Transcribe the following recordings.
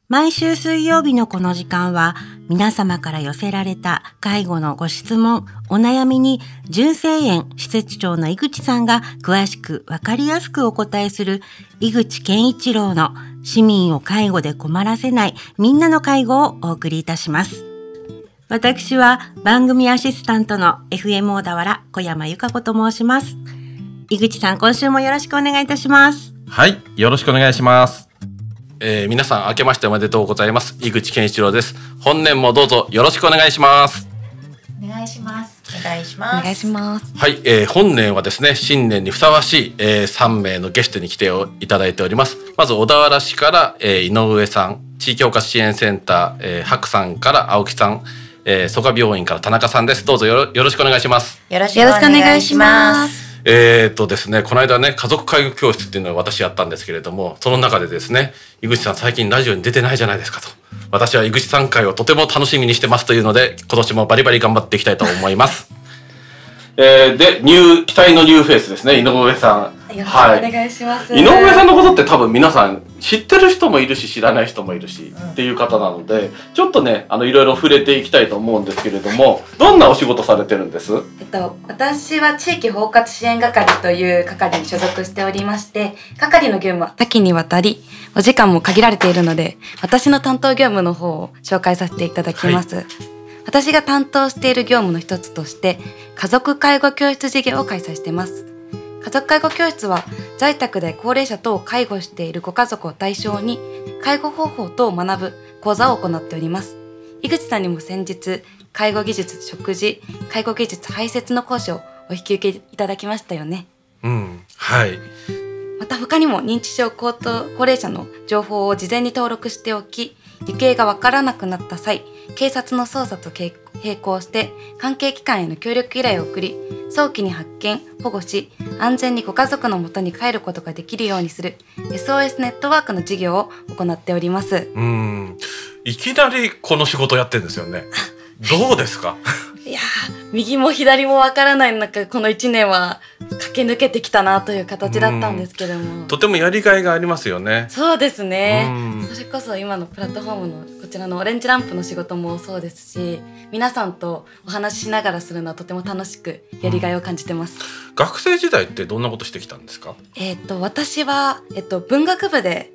毎週水曜日のこの時間は皆様から寄せられた介護のご質問、お悩みに純正園施設長の井口さんが詳しくわかりやすくお答えする井口健一郎の市民を介護で困らせないみんなの介護をお送りいたします。私は番組アシスタントの FM 小田原小山由香子と申します。井口さん、今週もよろしくお願いいたします。 はい、よろしくお願いします。皆さん明けましておめでとうございます。井口健一郎です。本年もどうぞよろしくお願いします。 お願いします。 お願いします。 お願いします。 はい、本年はですね、新年にふさわしい、3名のゲストに来ていただいております。まず小田原市から、井上さん、地域包括支援センター、白さんから青木さん、蘇我病院から田中さんです。どうぞよろしくお願いします。 よろしくお願いします。 ですね、この間ね、家族介護教室っていうのを私やったんですけれども、その中でですね、井口さん最近ラジオに出てないじゃないですかと。私は井口さん会をとても楽しみにしてますというので、今年もバリバリ頑張っていきたいと思います。で、期待のニューフェイスですね、井上さん。 よろしくお願いします。 井上さんのことって多分皆さん知ってる人もいるし知らない人もいるし、っていう方なので、ちょっとね、いろいろ触れていきたいと思うんですけれども、どんなお仕事されてるんです？ 私は地域包括支援係という係に所属しておりまして、係の業務は多岐にわたり、お時間も限られているので、私の担当業務の方を紹介させていただきます。はい、私が担当している業務の一つとして、家族介護教室事業を開催しています。家族介護教室は在宅で高齢者等を介護しているご家族を対象に介護方法等を学ぶ講座を行っております。井口さんにも先日、介護技術、食事、介護技術、排泄の講師をお引き受けいただきましたよね。 はい。 また他にも認知症高齢者の情報を事前に登録しておき、行方がわからなくなった際、警察の捜査と並行して関係機関への協力依頼を送り、早期に発見、保護し、安全にご家族のもとに帰ることができるようにする SOS ネットワークの事業を行っております。 いきなりこの仕事やってるんですよね。どうですか？ いやー、右も左もわからない中、この1年は駆け抜けてきたなという形だったんですけども、 とてもやりがいがありますよね。 そうですね。それこそ今のプラットフォームのこちらのオレンジランプの仕事もそうですし、皆さんとお話ししながらするのはとても楽しくやりがいを感じてます。 学生時代ってどんなことしてきたんですか？ 私は、文学部で、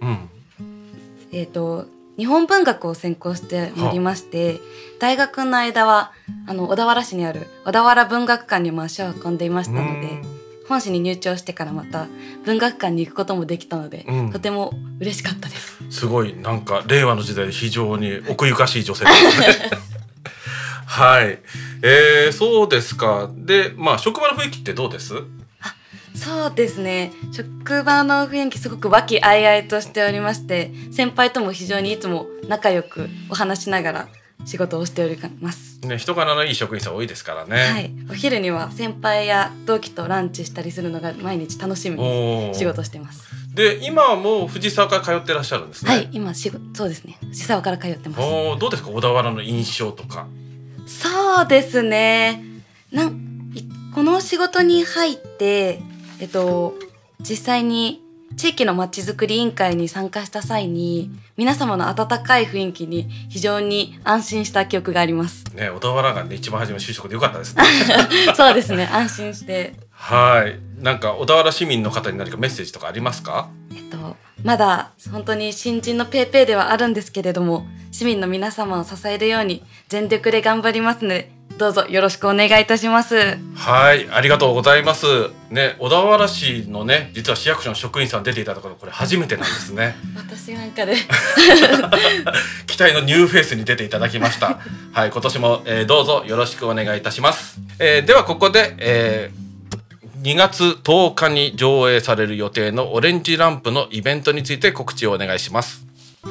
日本文学を専攻しておりまして、大学の間は小田原市にある小田原文学館にも足を運んでいましたので、本市に入庁してからまた文学館に行くこともできたので、とても嬉しかったです。 すごい、なんか令和の時代で非常に奥ゆかしい女性ですね。はい、そうですか。で、職場の雰囲気ってどうです？ そうですね、職場の雰囲気すごく和気あいあいとしておりまして、先輩とも非常にいつも仲良くお話しながら仕事をしておりますね。 人柄のいい職員さん多いですからね。 はい、お昼には先輩や同期とランチしたりするのが毎日楽しみに仕事してます。 で、今はもう藤沢から通ってらっしゃるんですね。 はい、今そうですね、藤沢から通ってます。 どうですか、小田原の印象とか？ そうですね、この仕事に入って実際に地域のまちづくり委員会に参加した際に、皆様の温かい雰囲気に非常に安心した記憶がありますね。小田原がね、一番初め就職でよかったですね。 そうですね、安心して。 はい。なんか小田原市民の方に何かメッセージとかありますか？ まだ本当に新人のペーペーではあるんですけれども、市民の皆様を支えるように全力で頑張りますので、どうぞよろしくお願いいたします。 はい、ありがとうございますね。小田原市のね、実は市役所の職員さん出ていただくのこれ初めてなんですね。 私なんかで期待のニューフェイスに出ていただきました。はい、今年も、どうぞよろしくお願いいたします。ではここで、2月10日に上映される予定のオレンジランプのイベントについて告知をお願いします。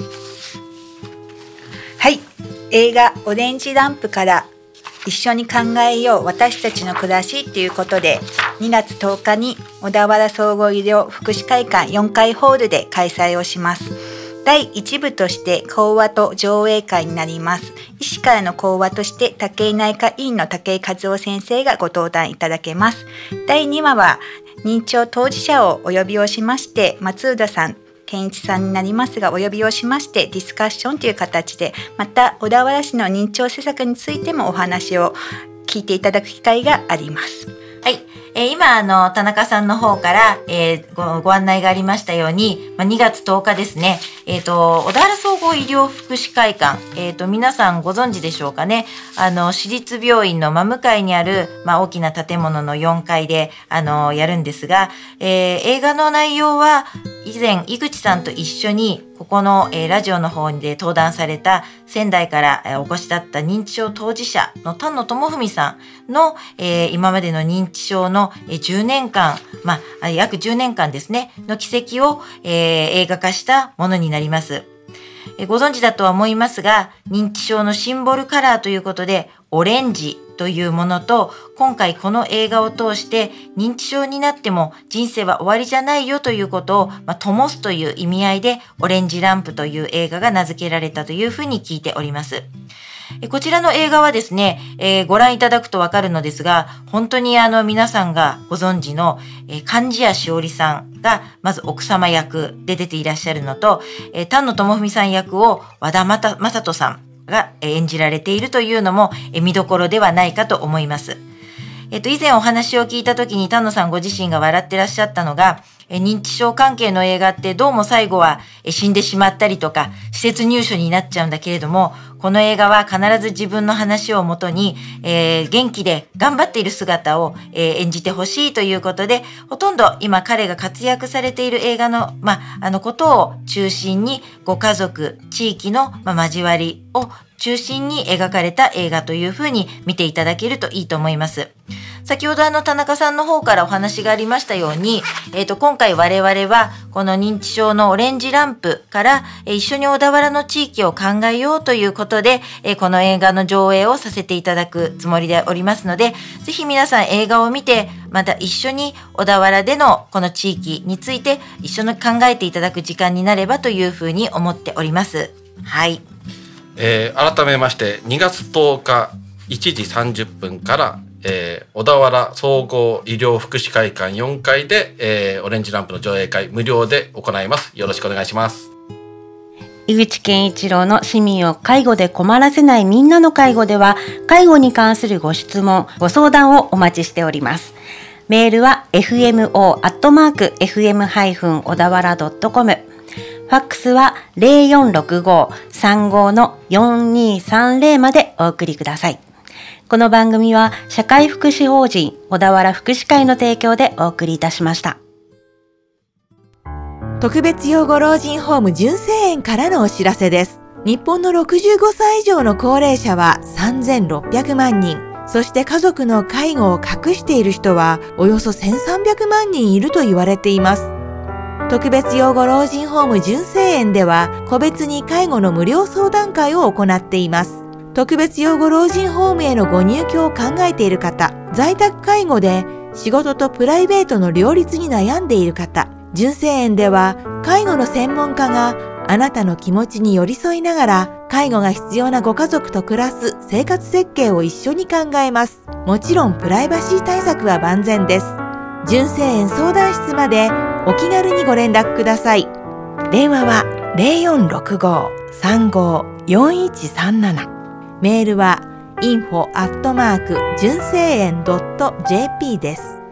はい、映画オレンジランプから一緒に考えよう私たちの暮らしということで、2月10日に小田原総合医療福祉会館4階ホールで開催をします。第1部として講話と上映会になります。医師からの講話として武井内科医院の武井和夫先生がご登壇いただけます。第2話は認知症当事者をお呼びをしまして、松浦さん、 健一さんになりますがお呼びをしましてディスカッションという形で、また小田原市の認知症施策についてもお話を聞いていただく機会があります。 はい。今、田中さんの方から、ご案内がありましたように、2月10日ですね、小田原総合医療福祉会館、皆さんご存知でしょうかね。市立病院の真向かいにある、大きな建物の4階で、やるんですが、映画の内容は、以前、井口さんと一緒に、ここの、ラジオの方で登壇された仙台から、お越しだった認知症当事者の丹野智文さんの、今までの認知症の10年間、約10年間ですね、の軌跡を、映画化したものになります。ご存知だとは思いますが、認知症のシンボルカラーということで、オレンジというものと、今回この映画を通して認知症になっても人生は終わりじゃないよということを、灯すという意味合いでオレンジランプという映画が名付けられたというふうに聞いております。こちらの映画はですね、ご覧いただくとわかるのですが、本当に皆さんがご存知の、貫地谷しおりさんがまず奥様役で出ていらっしゃるのと、丹野智文さん役を和田正人さんが演じられているというのも見どころではないかと思います。以前お話を聞いた時に丹野さんご自身が笑ってらっしゃったのが、認知症関係の映画ってどうも最後は死んでしまったりとか施設入所になっちゃうんだけれども、この映画は必ず自分の話をもとに、元気で頑張っている姿を、演じてほしいということで、ほとんど今彼が活躍されている映画の、ことを中心にご家族、地域の、交わりを中心に描かれた映画というふうに見ていただけるといいと思います。先ほど田中さんの方からお話がありましたように、今回我々はこの認知症のオレンジランプから、一緒に小田原の地域を考えようということで、この映画の上映をさせていただくつもりでおりますので、ぜひ皆さん映画を見て、また一緒に小田原でのこの地域について一緒に考えていただく時間になればというふうに思っております。はい。 改めまして2月10日1時30分から小田原総合医療福祉会館4階で、オレンジランプの上映会無料で行います。よろしくお願いします。 井口健一郎の市民を介護で困らせないみんなの介護では、介護に関するご質問ご相談をお待ちしております。メールは fmo@fm-小田原.com、ファックスは 0465-35-4230 までお送りください。この番組は社会福祉法人小田原福祉会の提供でお送りいたしました。 特別養護老人ホーム純正園からのお知らせです。日本の65歳以上の高齢者は3600万人、そして家族の介護を隠している人はおよそ1300万人いると言われています。特別養護老人ホーム純正園では個別に介護の無料相談会を行っています。特別養護老人ホームへのご入居を考えている方、在宅介護で仕事とプライベートの両立に悩んでいる方、純正園では介護の専門家があなたの気持ちに寄り添いながら介護が必要なご家族と暮らす生活設計を一緒に考えます。もちろんプライバシー対策は万全です。純正園相談室までお気軽にご連絡ください。電話は 0465-35-4137、メールはinfo@純正園.jp です。